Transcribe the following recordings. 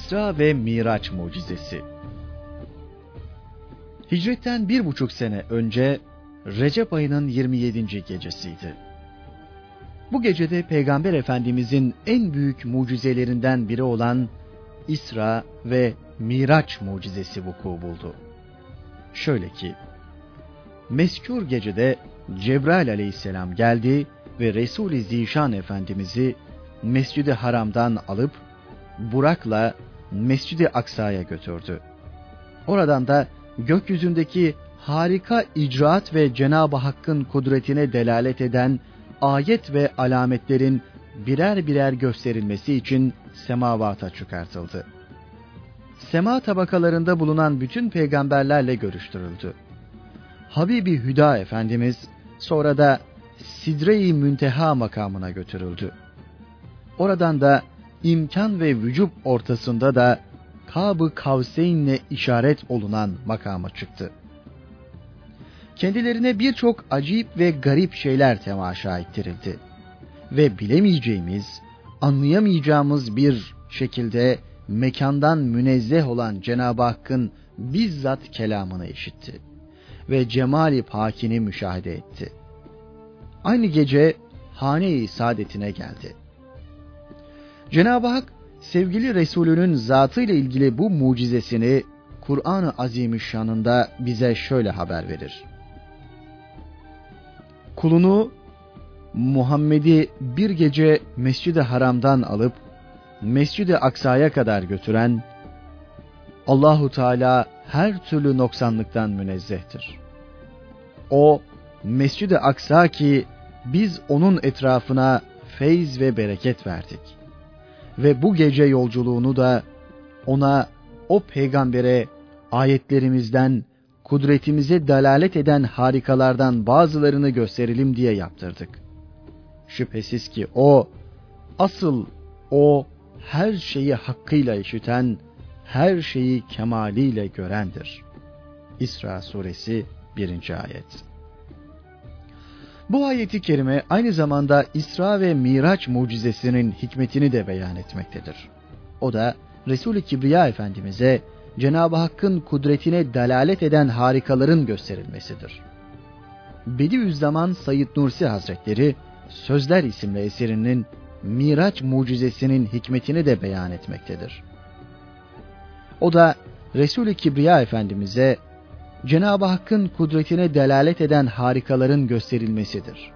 İsra ve Miraç mucizesi. Hicretten 1,5 sene önce Recep ayının 27. gecesiydi. Bu gecede Peygamber Efendimizin en büyük mucizelerinden biri olan İsra ve Miraç mucizesi vuku buldu. Şöyle ki, mezkûr gecede Cebrail aleyhisselam geldi ve Resul-i Zişan Efendimiz'i Mescid-i Haram'dan alıp Burak'la Mescid-i Aksa'ya götürdü. Oradan da gökyüzündeki harika icraat ve Cenab-ı Hakk'ın kudretine delalet eden ayet ve alametlerin birer birer gösterilmesi için semavata çıkartıldı. Sema tabakalarında bulunan bütün peygamberlerle görüştürüldü. Habibi Hüda Efendimiz sonra da Sidre-i Münteha makamına götürüldü. Oradan da imkan ve vücub ortasında da Kâb-ı Kavseyn'le işaret olunan makama çıktı. Kendilerine birçok acayip ve garip şeyler temaşa ettirildi. Ve bilemeyeceğimiz, anlayamayacağımız bir şekilde mekandan münezzeh olan Cenab-ı Hakk'ın bizzat kelamını işitti. Ve cemali pakini müşahede etti. Aynı gece hane-i saadetine geldi. Cenab-ı Hak sevgili Resulünün zatıyla ilgili bu mucizesini Kur'an-ı Azimüşşan'ında bize şöyle haber verir. Kulunu Muhammed'i bir gece Mescid-i Haram'dan alıp Mescid-i Aksa'ya kadar götüren Allahu Teala her türlü noksanlıktan münezzehtir. O Mescid-i Aksa ki biz onun etrafına feyz ve bereket verdik. Ve bu gece yolculuğunu da ona, o peygambere ayetlerimizden, kudretimize dalalet eden harikalardan bazılarını gösterelim diye yaptırdık. Şüphesiz ki asıl o her şeyi hakkıyla işiten, her şeyi kemaliyle görendir. İsra suresi 1. ayet. Bu ayeti kerime aynı zamanda İsra ve Miraç mucizesinin hikmetini de beyan etmektedir. O da Resul-i Kibriya Efendimiz'e Cenab-ı Hakk'ın kudretine dalalet eden harikaların gösterilmesidir. Bediüzzaman Said Nursi Hazretleri Sözler isimli eserinin Miraç mucizesinin hikmetini de beyan etmektedir. O da Resul-i Kibriya Efendimiz'e Cenab-ı Hakk'ın kudretine delalet eden harikaların gösterilmesidir.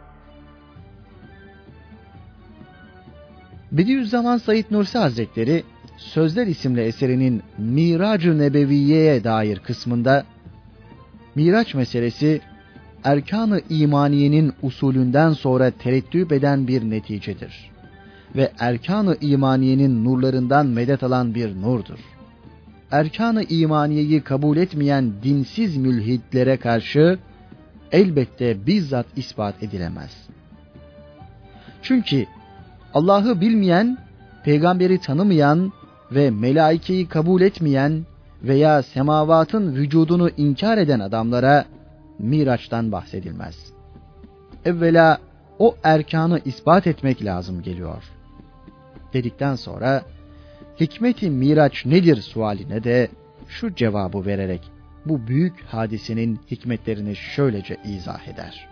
Bediüzzaman Said Nursi Hazretleri Sözler isimli eserinin Mirac-ı Nebeviye'ye dair kısmında Miraç meselesi erkan-ı imaniyenin usulünden sonra tereddüt eden bir neticedir ve erkan-ı imaniyenin nurlarından medet alan bir nurdur. Erkan-ı imaniyeyi kabul etmeyen dinsiz mülhitlere karşı elbette bizzat ispat edilemez. Çünkü Allah'ı bilmeyen, peygamberi tanımayan ve melaikeyi kabul etmeyen veya semavatın vücudunu inkar eden adamlara Miraç'tan bahsedilmez. Evvela o erkanı ispat etmek lazım geliyor. Dedikten sonra hikmet-i Miraç nedir sualine de şu cevabı vererek bu büyük hadisenin hikmetlerini şöylece izah eder.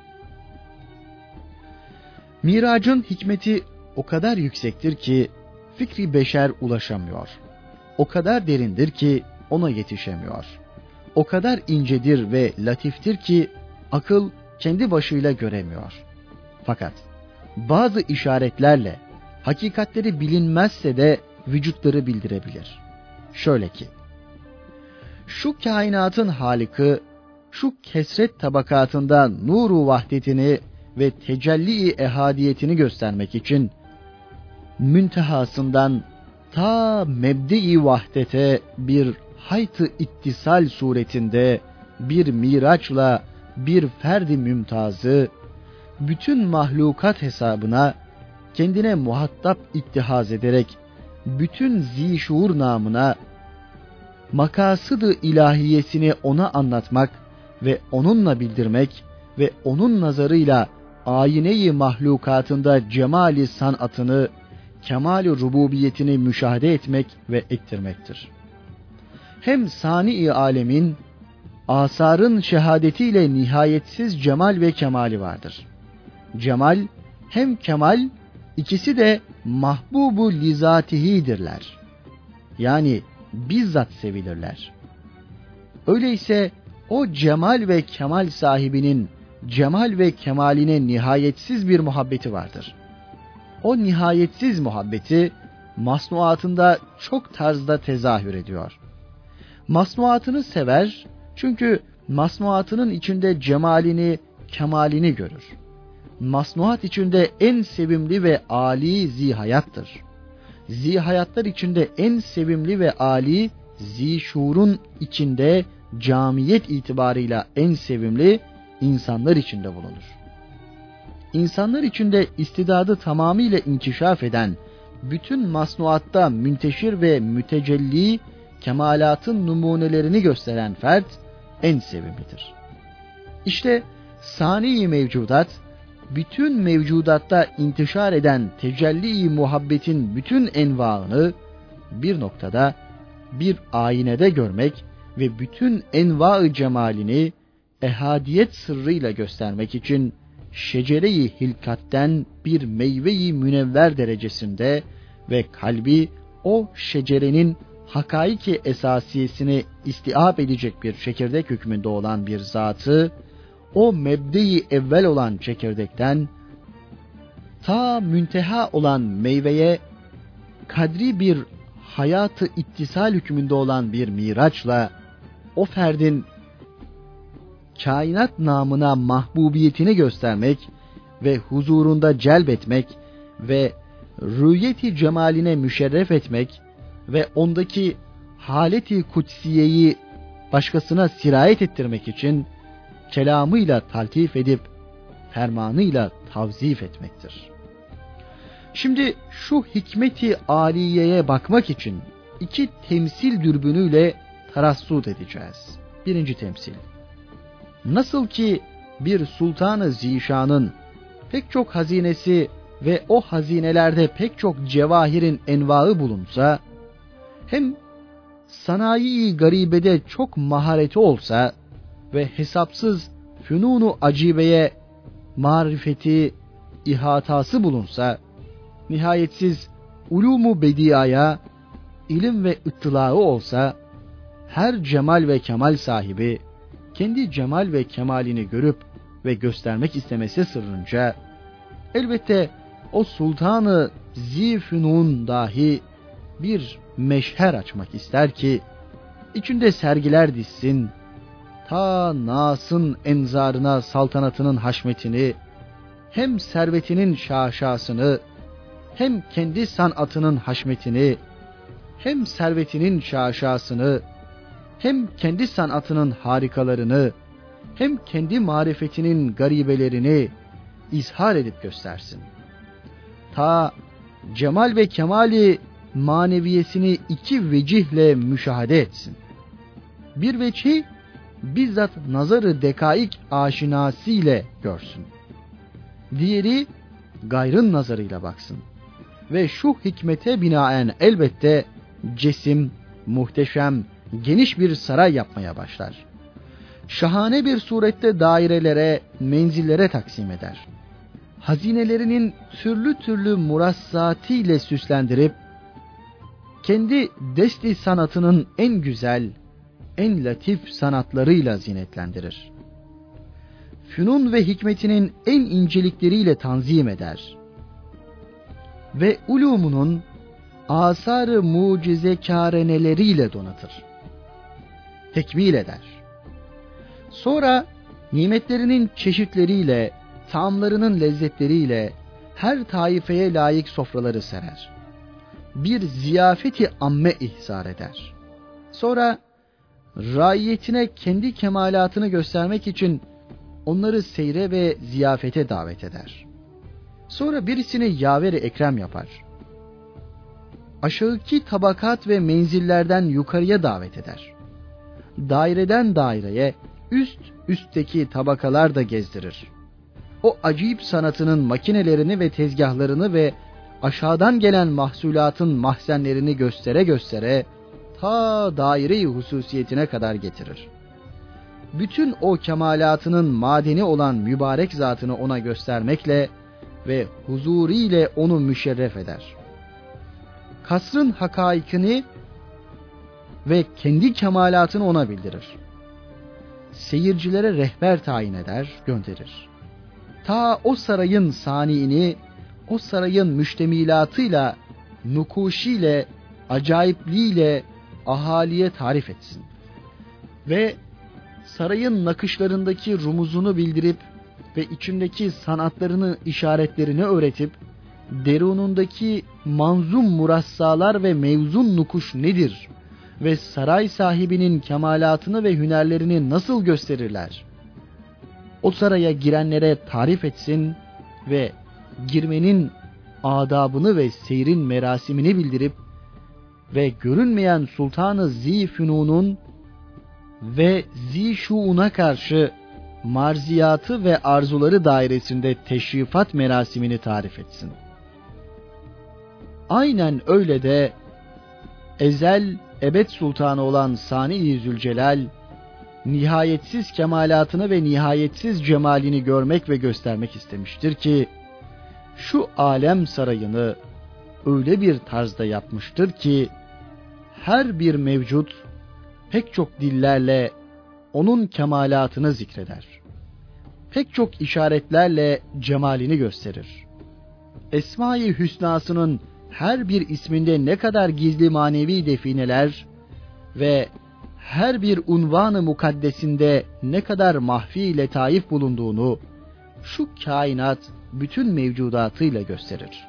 Miracın hikmeti o kadar yüksektir ki fikri beşer ulaşamıyor. O kadar derindir ki ona yetişemiyor. O kadar incedir ve latiftir ki akıl kendi başıyla göremiyor. Fakat bazı işaretlerle hakikatleri bilinmezse de vücutları bildirebilir. Şöyle ki, şu kainatın Halık'ı, şu kesret tabakatında nuru vahdetini ve tecelli-i ehadiyetini göstermek için müntehasından ta mebde-i vahdete bir hayt-ı ittisal suretinde bir miraçla bir ferdi mümtazı bütün mahlukat hesabına kendine muhatap ittihaz ederek bütün zişuur namına makasıd-ı ilahiyesini ona anlatmak ve onunla bildirmek ve onun nazarıyla ayine-i mahlukatında cemali sanatını kemal-i rububiyetini müşahede etmek ve ettirmektir. Hem sani-i alemin, asarın şehadetiyle nihayetsiz cemal ve kemali vardır. Cemal hem kemal, ikisi de mahbubu lizatihidirler. Yani bizzat sevilirler. Öyleyse o cemal ve kemal sahibinin cemal ve kemaline nihayetsiz bir muhabbeti vardır. O nihayetsiz muhabbeti masnuatında çok tarzda tezahür ediyor. Masnuatını sever çünkü masnuatının içinde cemalini, kemalini görür. Masnuat içinde en sevimli ve âli zihayattır. Zihayatlar içinde en sevimli ve âli, zişurun içinde camiyet itibarıyla en sevimli insanlar içinde bulunur. İnsanlar içinde istidadı tamamıyla inkişaf eden, bütün masnuatta münteşir ve mütecelli kemalatın numunelerini gösteren fert en sevimlidir. İşte sani-i mevcudat, bütün mevcudatta intişar eden tecelli-i muhabbetin bütün envaını bir noktada, bir aynede görmek ve bütün enva-ı cemalini ehadiyet sırrıyla göstermek için şecere-i hilkatten bir meyve-i münevver derecesinde ve kalbi o şecerenin hakaiki esasiyesini istiab edecek bir çekirdek hükmünde olan bir zatı, o mebde-i evvel olan çekirdekten ta münteha olan meyveye kadri bir hayatı ittisal hükmünde olan bir miraçla o ferdin kainat namına mahbubiyetini göstermek ve huzurunda celbetmek ve rüyeti cemaline müşerref etmek ve ondaki haleti kutsiyeyi başkasına sirayet ettirmek için kelamıyla taltif edip fermanıyla tavzif etmektir. Şimdi şu hikmeti âliyeye bakmak için iki temsil dürbünüyle tarassut edeceğiz. Birinci temsil. Nasıl ki bir sultan-ı zişanın pek çok hazinesi ve o hazinelerde pek çok cevahirin envaı bulunsa, hem sanayi-i garibede çok mahareti olsa ve hesapsız fünunu acibeye marifeti, ihatası bulunsa, nihayetsiz ulûmu bediyaya ilim ve ıttılağı olsa, her cemal ve kemal sahibi kendi cemal ve kemalini görüp ve göstermek istemesi sırrınca, elbette o sultanı zifünun dahi bir meşher açmak ister ki içinde sergiler dizsin, ta Nas'ın enzarına saltanatının haşmetini, hem servetinin şaşasını, hem kendi sanatının haşmetini, hem servetinin şaşasını, hem kendi sanatının harikalarını, hem kendi marifetinin garibelerini izhar edip göstersin. Ta cemal ve kemali maneviyesini iki vecihle müşahede etsin. Bir vecihi bizzat nazarı dekaik aşinasıyla görsün. Diğeri gayrın nazarıyla baksın. Ve şu hikmete binaen elbette cesim, muhteşem, geniş bir saray yapmaya başlar. Şahane bir surette dairelere, menzillere taksim eder. Hazinelerinin türlü türlü murassatı ile süslendirip, kendi desti sanatının en güzel, en latif sanatlarıyla zinetlendirir. Fünun ve hikmetinin en incelikleriyle tanzim eder. Ve ulumunun asar-ı mucizekâreneleriyle donatır. Tekmil eder. Sonra nimetlerinin çeşitleriyle, taamlarının lezzetleriyle her taifeye layık sofraları serer. Bir ziyafeti amme ihsar eder. Sonra raiyetine kendi kemalatını göstermek için onları seyre ve ziyafete davet eder. Sonra birisini yaver-i ekrem yapar. Aşağıki tabakat ve menzillerden yukarıya davet eder. Daireden daireye, üst üstteki tabakalar da gezdirir. O acayip sanatının makinelerini ve tezgahlarını ve aşağıdan gelen mahsulatın mahzenlerini göstere göstere ta daire-i hususiyetine kadar getirir. Bütün o kemalatının madeni olan mübarek zatını ona göstermekle ve huzuriyle onu müşerref eder. Kasrın hakaikini ve kendi kemalatını ona bildirir. Seyircilere rehber tayin eder, gönderir. Ta o sarayın saniini, o sarayın müştemilatıyla, nukuşiyle, acayipliğiyle ahaliye tarif etsin. Ve sarayın nakışlarındaki rumuzunu bildirip ve içindeki sanatlarını, işaretlerini öğretip, derunundaki manzum murassalar ve mevzun nukuş nedir ve saray sahibinin kemalatını ve hünerlerini nasıl gösterirler? O saraya girenlere tarif etsin ve girmenin adabını ve seyrin merasimini bildirip ve görünmeyen Sultan-ı Zî-Fünûn'un ve Zî-Şuun'a karşı marziyatı ve arzuları dairesinde teşrifat merasimini tarif etsin. Aynen öyle de ezel ebed sultanı olan Sani-i Zülcelal, nihayetsiz kemalatını ve nihayetsiz cemalini görmek ve göstermek istemiştir ki, şu alem sarayını öyle bir tarzda yapmıştır ki, her bir mevcut pek çok dillerle onun kemalatını zikreder. Pek çok işaretlerle cemalini gösterir. Esma-i Hüsna'sının her bir isminde ne kadar gizli manevi defineler ve her bir unvan-ı mukaddesinde ne kadar mahfi letaif bulunduğunu şu kainat bütün mevcudatıyla gösterir.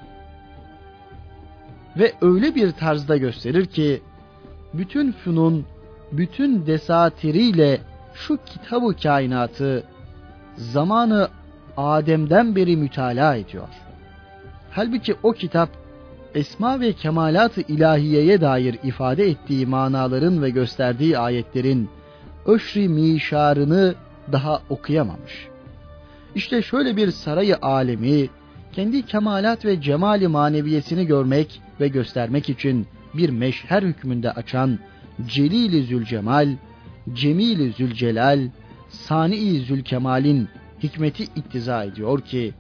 Ve öyle bir tarzda gösterir ki bütün fünun, bütün desatiriyle şu kitab-ı kainatı zamanı Adem'den beri mütalaa ediyor. Halbuki o kitap esma ve kemalat-ı ilahiyeye dair ifade ettiği manaların ve gösterdiği ayetlerin öşri mişarını daha okuyamamış. İşte şöyle bir sarayı alemi, kendi kemalat ve cemali maneviyesini görmek ve göstermek için bir meşher hükmünde açan Celil-i Zülcemal, Cemil-i Zülcelal, Sani-i Zülkemal'in hikmeti iktiza ediyor ki,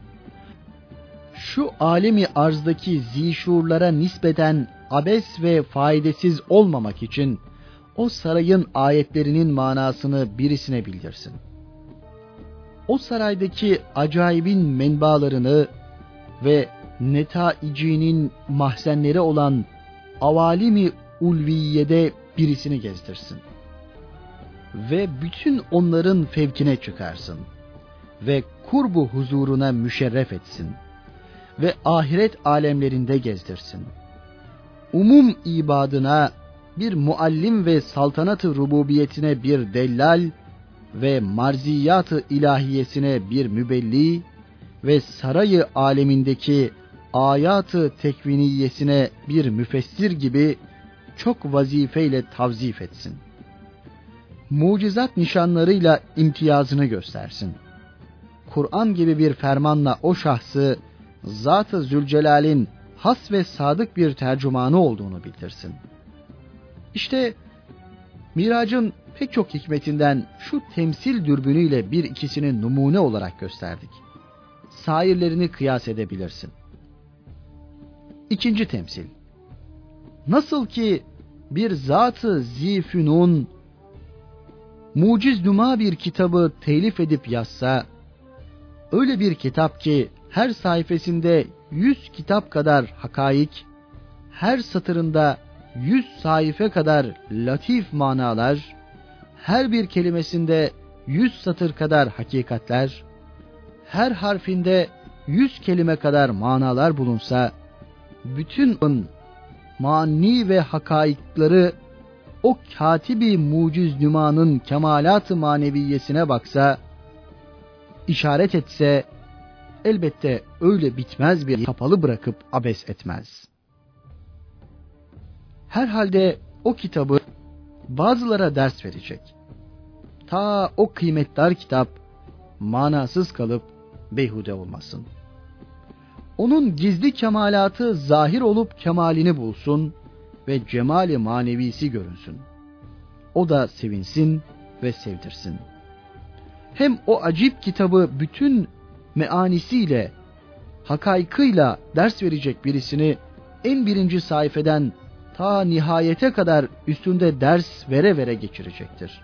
şu alemi arzdaki zişurlara nispeten abes ve faydasız olmamak için o sarayın ayetlerinin manasını birisine bildirsin. O saraydaki acayibin menbalarını ve netaicinin mahzenleri olan avalimi ulviyede birisini gezdirsin. Ve bütün onların fevkine çıkarsın. Ve kurbu huzuruna müşerref etsin. Ve ahiret alemlerinde gezdirsin. Umum ibadına bir muallim ve saltanat-ı rububiyetine bir dellal ve marziyat-ı ilahiyesine bir mübelli ve sarayı alemindeki ayat-ı tekviniyesine bir müfessir gibi çok vazifeyle tavzif etsin. Mucizat nişanlarıyla imtiyazını göstersin. Kur'an gibi bir fermanla o şahsı Zat-ı Zülcelal'in has ve sadık bir tercümanı olduğunu bildirsin. İşte Mirac'ın pek çok hikmetinden şu temsil dürbünüyle bir ikisini numune olarak gösterdik. Sairlerini kıyas edebilirsin. İkinci temsil. Nasıl ki bir Zat-ı Zî-Fünûn muciz numa bir kitabı telif edip yazsa, öyle bir kitap ki her sayfasında 100 kitap kadar hakaik, her satırında 100 sayfa kadar latif manalar, her bir kelimesinde 100 satır kadar hakikatler, her harfinde 100 kelime kadar manalar bulunsa, bütün mani ve hakaikleri o katibi muciz nümanın kemalat-ı maneviyesine baksa, işaret etse, elbette öyle bitmez bir kapalı bırakıp abes etmez. Herhalde o kitabı bazılara ders verecek. Ta o kıymetdar kitap manasız kalıp beyhude olmasın. Onun gizli kemalatı zahir olup kemalini bulsun ve cemali manevisi görünsün. O da sevinsin ve sevdirsin. Hem o acip kitabı bütün meanisiyle, hakaykıyla ders verecek birisini en birinci sayfeden ta nihayete kadar üstünde ders vere vere geçirecektir.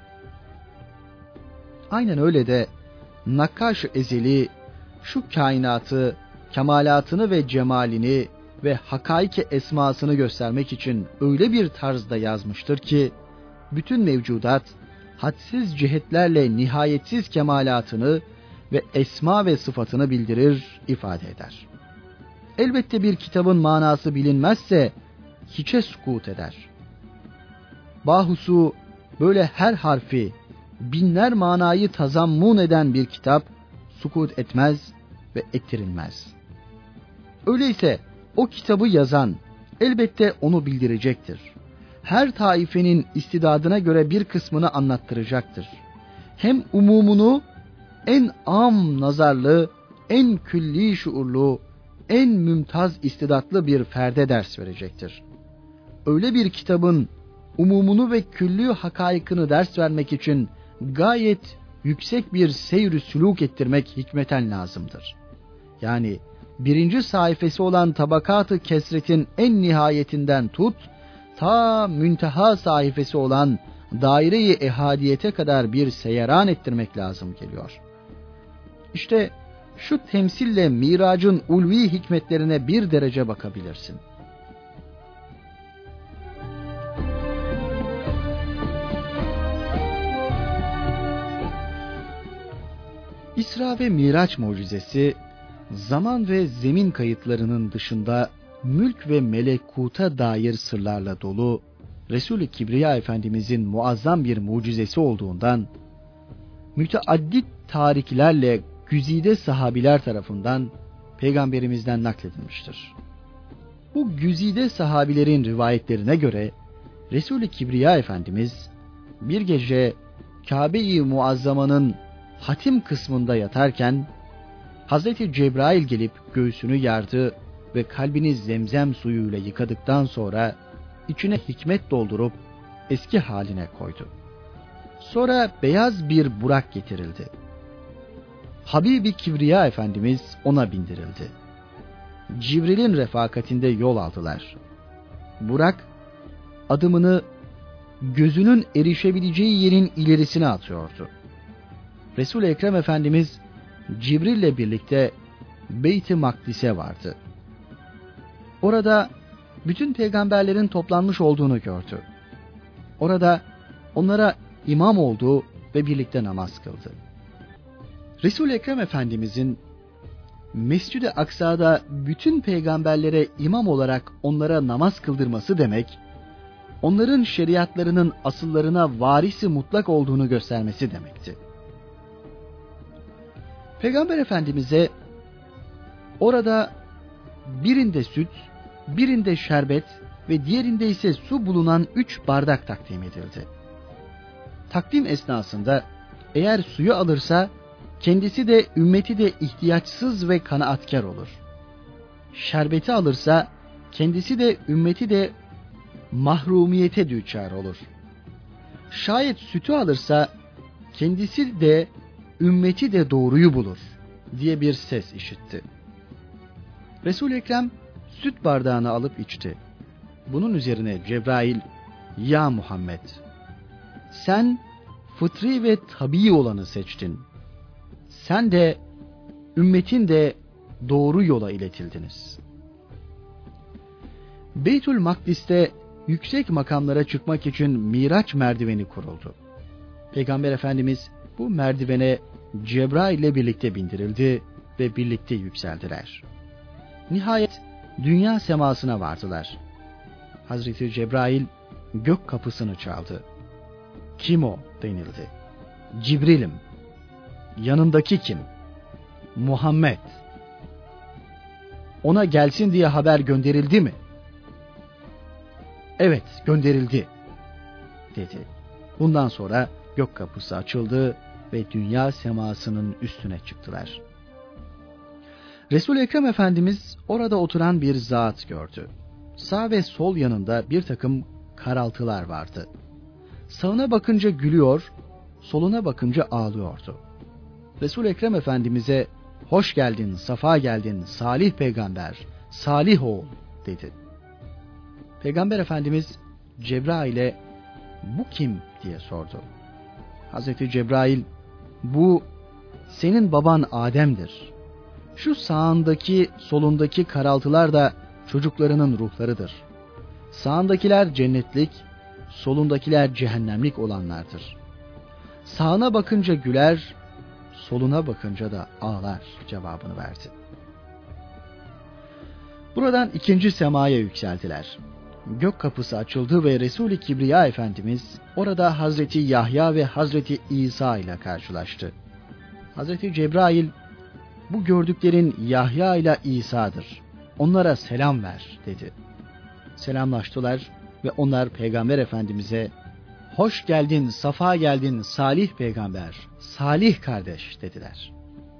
Aynen öyle de Nakkaş-ı Ezeli şu kainatı, kemalatını ve cemalini ve hakaik-i esmasını göstermek için öyle bir tarzda yazmıştır ki bütün mevcudat hadsiz cihetlerle nihayetsiz kemalatını ve esma ve sıfatını bildirir, ifade eder. Elbette bir kitabın manası bilinmezse hiçe sukut eder. Bahusu böyle her harfi binler manayı tazammun eden bir kitap sukut etmez ve ettirilmez. Öyleyse o kitabı yazan elbette onu bildirecektir. Her taifenin istidadına göre bir kısmını anlattıracaktır. Hem umumunu en am nazarlı, en külli şuurlu, en mümtaz istidatlı bir ferde ders verecektir. Öyle bir kitabın umumunu ve küllü hakaykını ders vermek için gayet yüksek bir seyr-ü sülûk ettirmek hikmeten lazımdır. Yani birinci sayfası olan tabakat-ı kesretin en nihayetinden tut, ta münteha sayfası olan daire-i ehadiyete kadar bir seyeran ettirmek lazım geliyor. İşte şu temsille miracın ulvi hikmetlerine bir derece bakabilirsin. İsra ve Miraç mucizesi, zaman ve zemin kayıtlarının dışında mülk ve melekuta dair sırlarla dolu, Resul-i Kibriya Efendimizin muazzam bir mucizesi olduğundan, müteaddit tariklerle güzide sahabiler tarafından Peygamberimizden nakledilmiştir. Bu güzide sahabilerin rivayetlerine göre, Resul-i Kibriya Efendimiz bir gece Kabe-i Muazzama'nın hatim kısmında yatarken, Hazreti Cebrail gelip göğsünü yardı ve kalbini zemzem suyuyla yıkadıktan sonra içine hikmet doldurup eski haline koydu. Sonra beyaz bir burak getirildi. Habibi Kibriya Efendimiz ona bindirildi. Cibril'in refakatinde yol aldılar. Burak adımını gözünün erişebileceği yerin ilerisine atıyordu. Resul-i Ekrem Efendimiz Cibril'le birlikte Beyt-i Makdis'e vardı. Orada bütün peygamberlerin toplanmış olduğunu gördü. Orada onlara imam oldu ve birlikte namaz kıldı. Resul-i Ekrem Efendimizin Mescid-i Aksa'da bütün peygamberlere imam olarak onlara namaz kıldırması demek, onların şeriatlarının asıllarına varisi mutlak olduğunu göstermesi demekti. Peygamber Efendimiz'e orada birinde süt, birinde şerbet ve diğerinde ise su bulunan 3 bardak takdim edildi. Takdim esnasında eğer suyu alırsa kendisi de ümmeti de ihtiyaçsız ve kanaatkar olur. Şerbeti alırsa kendisi de ümmeti de mahrumiyete düçar olur. Şayet sütü alırsa kendisi de ümmeti de doğruyu bulur diye bir ses işitti. Resul-i Ekrem süt bardağını alıp içti. Bunun üzerine Cebrail, "Ya Muhammed, sen fıtri ve tabii olanı seçtin. Sen de ümmetin de doğru yola iletildiniz." Beytül Makdis'te yüksek makamlara çıkmak için Miraç merdiveni kuruldu. Peygamber Efendimiz bu merdivene Cebrail ile birlikte bindirildi ve birlikte yükseldiler. Nihayet dünya semasına vardılar. Hazreti Cebrail gök kapısını çaldı. "Kim o?" denildi. "Cibril'im." "Yanındaki kim?" "Muhammed." "Ona gelsin diye haber gönderildi mi?" "Evet, gönderildi," dedi. Bundan sonra gök kapısı açıldı ve dünya semasının üstüne çıktılar. Resul-i Ekrem Efendimiz orada oturan bir zat gördü. Sağ ve sol yanında bir takım karaltılar vardı. Sağına bakınca gülüyor, soluna bakınca ağlıyordu. Resul-i Ekrem Efendimiz'e "Hoş geldin, safa geldin, salih peygamber, salih oğul" dedi. Peygamber Efendimiz Cebrail'e "Bu kim?" diye sordu. Hazreti Cebrail "Bu senin baban Adem'dir. Şu sağındaki, solundaki karaltılar da çocuklarının ruhlarıdır. Sağındakiler cennetlik, solundakiler cehennemlik olanlardır. Sağına bakınca güler, soluna bakınca da ağlar" cevabını verdi. Buradan ikinci semaya yükseldiler. Gök kapısı açıldı ve Resul-i Kibriya Efendimiz orada Hazreti Yahya ve Hazreti İsa ile karşılaştı. Hazreti Cebrail "Bu gördüklerin Yahya ile İsa'dır. Onlara selam ver" dedi. Selamlaştılar ve onlar Peygamber Efendimiz'e "Hoş geldin, safa geldin, salih peygamber, salih kardeş" dediler.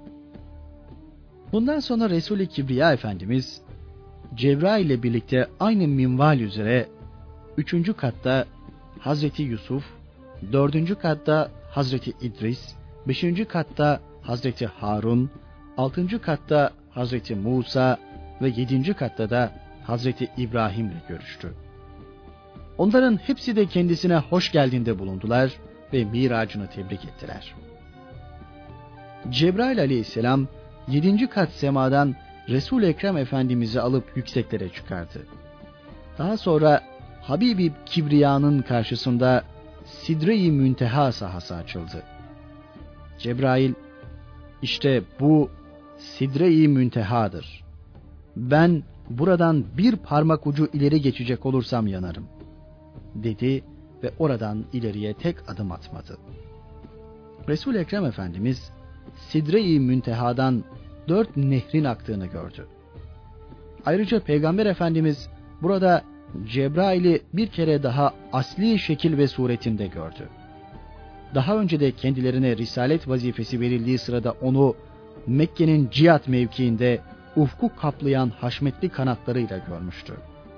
Bundan sonra Resul-i Kibriya Efendimiz Cebrail ile birlikte aynı minval üzere 3. katta Hazreti Yusuf, 4. katta Hazreti İdris, 5. katta Hazreti Harun, 6. katta Hazreti Musa ve 7. katta da Hazreti İbrahim ile görüştü. Onların hepsi de kendisine hoş geldinde bulundular ve miracını tebrik ettiler. Cebrail aleyhisselam 7. kat semadan Resul-i Ekrem Efendimiz'i alıp yükseklere çıkardı. Daha sonra Habib-i Kibriya'nın karşısında Sidre-i Münteha sahası açıldı. Cebrail "İşte bu Sidre-i Münteha'dır. Ben buradan bir parmak ucu ileri geçecek olursam yanarım" dedi ve oradan ileriye tek adım atmadı. Resul-i Ekrem Efendimiz Sidre-i Münteha'dan 4 nehrin aktığını gördü. Ayrıca Peygamber Efendimiz burada Cebrail'i bir kere daha asli şekil ve suretinde gördü. Daha önce de kendilerine risalet vazifesi verildiği sırada onu Mekke'nin Cihat mevkiinde ufku kaplayan haşmetli kanatlarıyla görmüştü.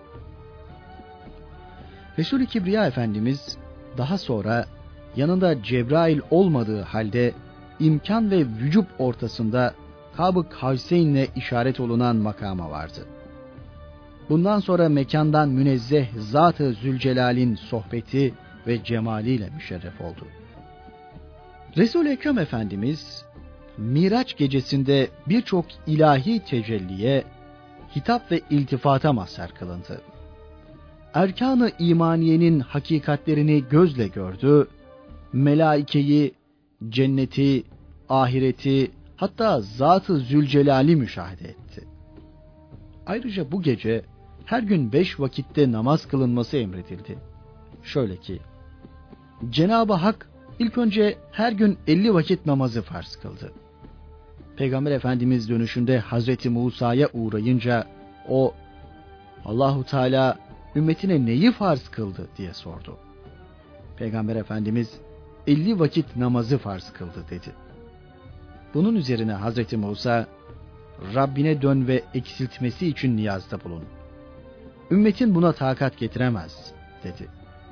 Resul-i Kibriya Efendimiz daha sonra yanında Cebrail olmadığı halde imkan ve vücub ortasında Kab-ı Kavseyn'le işaret olunan makama vardı. Bundan sonra mekandan münezzeh Zat-ı Zülcelal'in sohbeti ve cemaliyle müşerref oldu. Resul-i Ekrem Efendimiz Miraç gecesinde birçok ilahi tecelliye, hitap ve iltifata mazhar kılındı. Erkan-ı imaniyenin hakikatlerini gözle gördü, melaikeyi, cenneti, ahireti, hatta Zat-ı Zülcelal'i müşahede etti. Ayrıca bu gece her gün 5 vakitte namaz kılınması emredildi. Şöyle ki, Cenab-ı Hak ilk önce her gün 50 vakit namazı farz kıldı. Peygamber Efendimiz dönüşünde Hazreti Musa'ya uğrayınca o, "Allahu Teala ümmetine neyi farz kıldı?" diye sordu. Peygamber Efendimiz 50 vakit namazı farz kıldı dedi. Bunun üzerine Hazreti Musa, "Rabbine dön ve eksiltmesi için niyazda bulun. Ümmetin buna takat getiremez" dedi.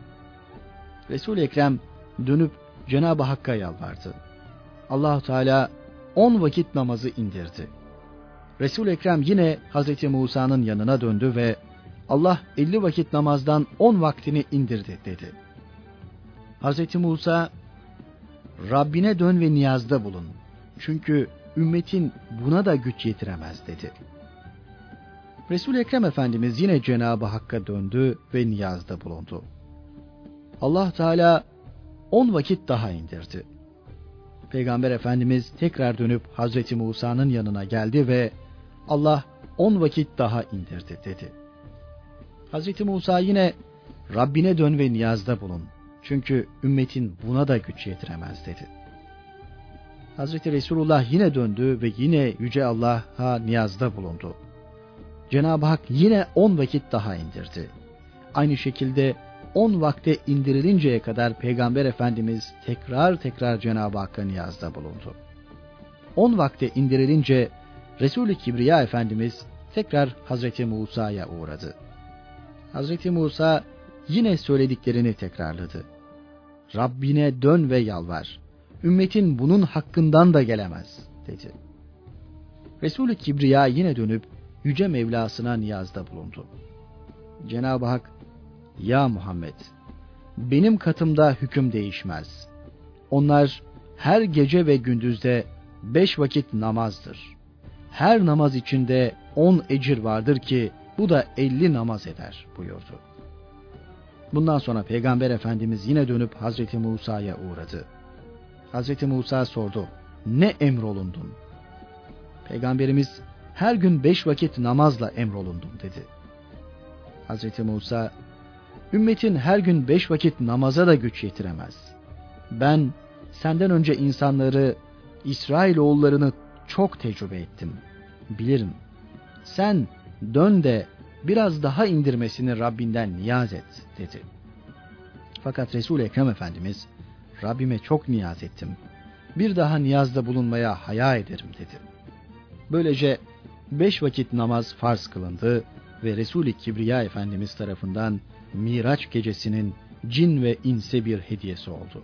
Resul-i Ekrem dönüp Cenab-ı Hakk'a yalvardı. Allah-u Teala 10 vakit namazı indirdi. Resul-i Ekrem yine Hazreti Musa'nın yanına döndü ve Allah 50 vakit namazdan 10 vaktini indirdi dedi. Hazreti Musa, "Rabbine dön ve niyazda bulun. Çünkü ümmetin buna da güç yetiremez" dedi. Resul-i Ekrem Efendimiz yine Cenab-ı Hakk'a döndü ve niyazda bulundu. Allah Teala 10 vakit daha indirdi. Peygamber Efendimiz tekrar dönüp Hazreti Musa'nın yanına geldi ve Allah 10 vakit daha indirdi dedi. Hazreti Musa yine "Rabbine dön ve niyazda bulun. Çünkü ümmetin buna da güç yetiremez" dedi. Hazreti Resulullah yine döndü ve yine Yüce Allah'a niyazda bulundu. Cenab-ı Hak yine 10 vakit daha indirdi. Aynı şekilde 10 vakte indirilinceye kadar Peygamber Efendimiz tekrar Cenab-ı Hakk'a niyazda bulundu. 10 vakte indirilince Resul-i Kibriya Efendimiz tekrar Hazreti Musa'ya uğradı. Hazreti Musa yine söylediklerini tekrarladı. Rabbine dön ve yalvar. Ümmetin bunun hakkından da gelemez, dedi. Resul-i Kibriya yine dönüp Yüce Mevlasına niyazda bulundu. Cenab-ı Hak, ya Muhammed, benim katımda hüküm değişmez. Onlar her gece ve gündüzde 5 vakit namazdır. Her namaz içinde 10 ecir vardır ki bu da 50 namaz eder, buyurdu. Bundan sonra Peygamber Efendimiz yine dönüp Hazreti Musa'ya uğradı. Hazreti Musa sordu, ne emrolundun? Peygamberimiz, her gün 5 vakit namazla emrolundum, dedi. Hazreti Musa, ümmetin her gün 5 vakit namaza da güç yetiremez. Ben senden önce insanları, İsrailoğullarını çok tecrübe ettim. Bilirim. Sen dön de biraz daha indirmesini Rabbinden niyaz et, dedi. Fakat Resul-i Ekrem Efendimiz, Rabbime çok niyaz ettim. Bir daha niyazda bulunmaya haya ederim, dedi. Böylece 5 vakit namaz farz kılındı ve Resul-i Kibriya Efendimiz tarafından Miraç gecesinin cin ve inse bir hediyesi oldu.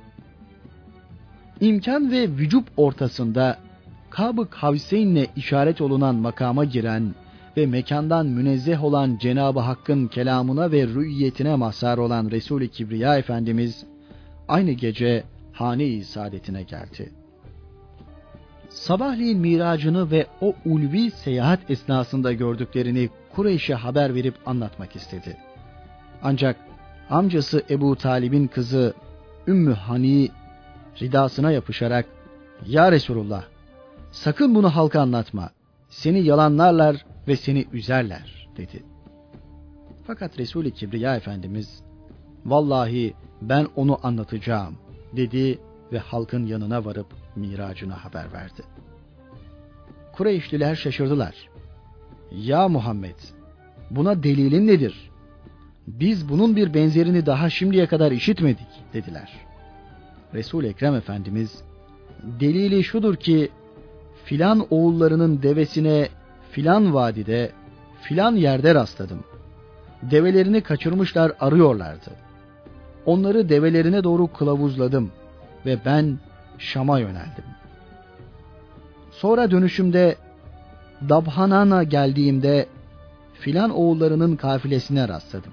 İmkan ve vücub ortasında Kâb-ı Kavseyn'le işaret olunan makama giren ve mekandan münezzeh olan Cenab-ı Hakk'ın kelamına ve rü'yetine mazhar olan Resul-i Kibriya Efendimiz aynı gece hane-i saadetine geldi. Sabahleyin miracını ve o ulvi seyahat esnasında gördüklerini Kureyş'e haber verip anlatmak istedi. Ancak amcası Ebu Talib'in kızı Ümmü Hani ridasına yapışarak, "Ya Resulullah, sakın bunu halka anlatma. Seni yalanlarlar ve seni üzerler," dedi. Fakat Resul-i Kibriya Efendimiz, "Vallahi ben onu anlatacağım," dedi ve halkın yanına varıp miracına haber verdi. Kureyşliler şaşırdılar. "Ya Muhammed, buna delilin nedir? Biz bunun bir benzerini daha şimdiye kadar işitmedik," dediler. Resul-i Ekrem Efendimiz, "Delili şudur ki, filan oğullarının devesine filan vadide, filan yerde rastladım. Develerini kaçırmışlar, arıyorlardı. Onları develerine doğru kılavuzladım ve ben Şam'a yöneldim. Sonra dönüşümde Dabhanan'a geldiğimde filan oğullarının kafilesine rastladım.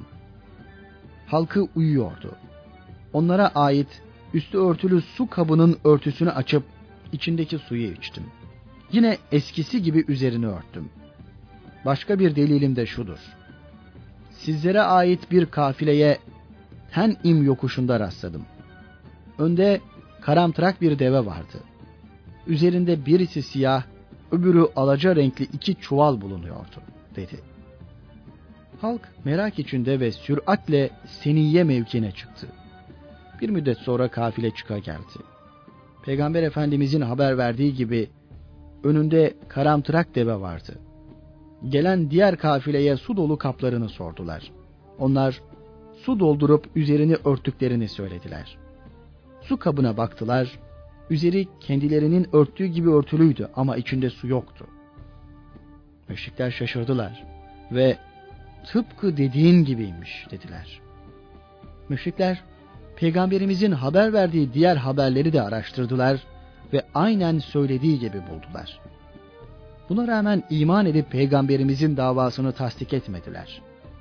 Halkı uyuyordu. Onlara ait üstü örtülü su kabının örtüsünü açıp içindeki suyu içtim. Yine eskisi gibi üzerini örttüm. Başka bir delilim de şudur. Sizlere ait bir kafileye Ten'im yokuşunda rastladım. Önde karamtırak bir deve vardı. Üzerinde birisi siyah, öbürü alaca renkli 2 çuval bulunuyordu," dedi. Halk merak içinde ve süratle Seniyye mevkine çıktı. Bir müddet sonra kafile çıka geldi. Peygamber Efendimizin haber verdiği gibi önünde karamtırak deve vardı. Gelen diğer kafileye su dolu kaplarını sordular. Onlar su doldurup üzerini örttüklerini söylediler. Su kabına baktılar, üzeri kendilerinin örttüğü gibi örtülüydü ama içinde su yoktu. Müşrikler şaşırdılar ve "Tıpkı dediğin gibiymiş," dediler. Müşrikler Peygamberimizin haber verdiği diğer haberleri de araştırdılar ve aynen söylediği gibi buldular. Buna rağmen iman edip Peygamberimizin davasını tasdik etmediler.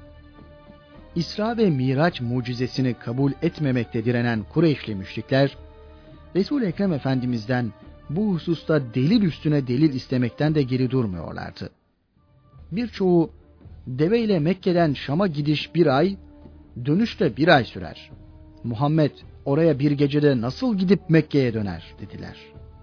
İsra ve Miraç mucizesini kabul etmemekte direnen Kureyşli müşrikler, Resul-i Ekrem Efendimiz'den bu hususta delil üstüne delil istemekten de geri durmuyorlardı. Birçoğu, deveyle Mekke'den Şam'a gidiş 1 ay, dönüş de 1 ay sürer. Muhammed oraya bir gecede nasıl gidip Mekke'ye döner, dediler.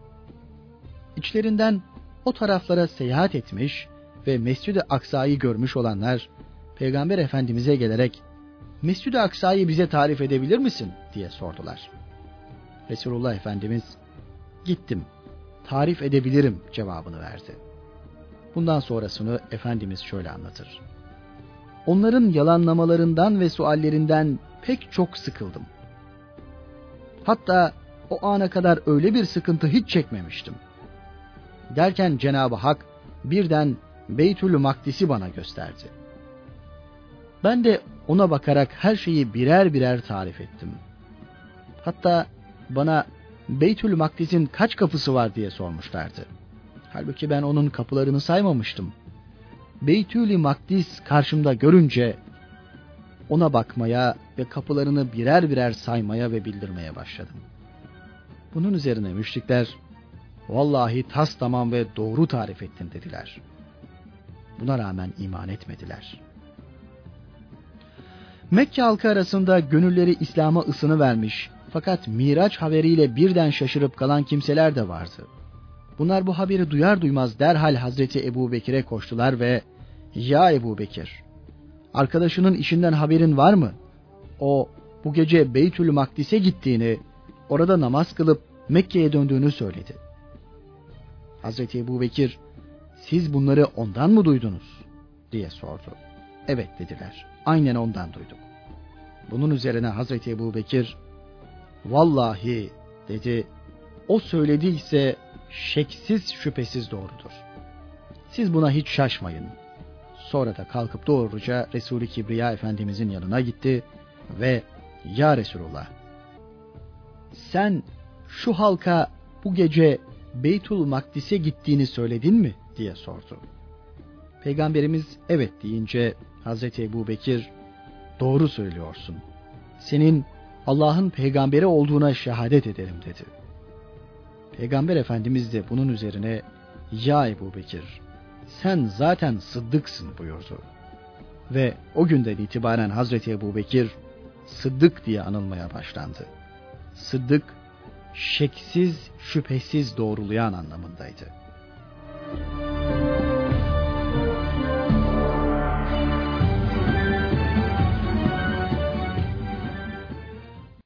İçlerinden o taraflara seyahat etmiş ve Mescid-i Aksa'yı görmüş olanlar, Peygamber Efendimiz'e gelerek, "Mescid-i Aksa'yı bize tarif edebilir misin?" diye sordular. Resulullah Efendimiz, "Gittim, tarif edebilirim," cevabını verdi. Bundan sonrasını Efendimiz şöyle anlatır. "Onların yalanlamalarından ve suallerinden pek çok sıkıldım. Hatta o ana kadar öyle bir sıkıntı hiç çekmemiştim. Derken Cenab-ı Hak birden Beytül Makdis'i bana gösterdi. Ben de ona bakarak her şeyi birer birer tarif ettim. Hatta bana Beytül Makdis'in kaç kapısı var diye sormuşlardı. Halbuki ben onun kapılarını saymamıştım. Beytül Makdis karşımda görünce ona bakmaya ve kapılarını birer birer saymaya ve bildirmeye başladım. Bunun üzerine müşrikler, vallahi tas tamam ve doğru tarif ettin dediler. Buna rağmen iman etmediler. Mekke halkı arasında gönülleri İslam'a ısınıvermiş fakat Miraç haberiyle birden şaşırıp kalan kimseler de vardı. Bunlar bu haberi duyar duymaz derhal Hazreti Ebu Bekir'e koştular ve "Ya Ebu Bekir, arkadaşının işinden haberin var mı? O bu gece Beytül Makdis'e gittiğini, orada namaz kılıp Mekke'ye döndüğünü söyledi." Hazreti Ebu Bekir, "Siz bunları ondan mı duydunuz?" diye sordu. "Evet," dediler. "Aynen ondan duyduk." Bunun üzerine Hazreti Ebu Bekir, "Vallahi," dedi, "o söylediyse şeksiz şüphesiz doğrudur. Siz buna hiç şaşmayın." Sonra da kalkıp doğruca Resul-i Kibriya Efendimizin yanına gitti ve "Ya Resulullah, sen şu halka bu gece Beytül Makdis'e gittiğini söyledin mi?" diye sordu. Peygamberimiz evet deyince Hazreti Ebu Bekir, "Doğru söylüyorsun. Senin Allah'ın peygamberi olduğuna şehadet ederim," dedi. Peygamber Efendimiz de bunun üzerine "Ya Ebu Bekir, sen zaten sıddıksın," buyurdu. Ve o günden itibaren Hazreti Ebu Bekir Sıddık diye anılmaya başlandı. Sıddık, şeksiz, şüphesiz doğrulayan anlamındaydı.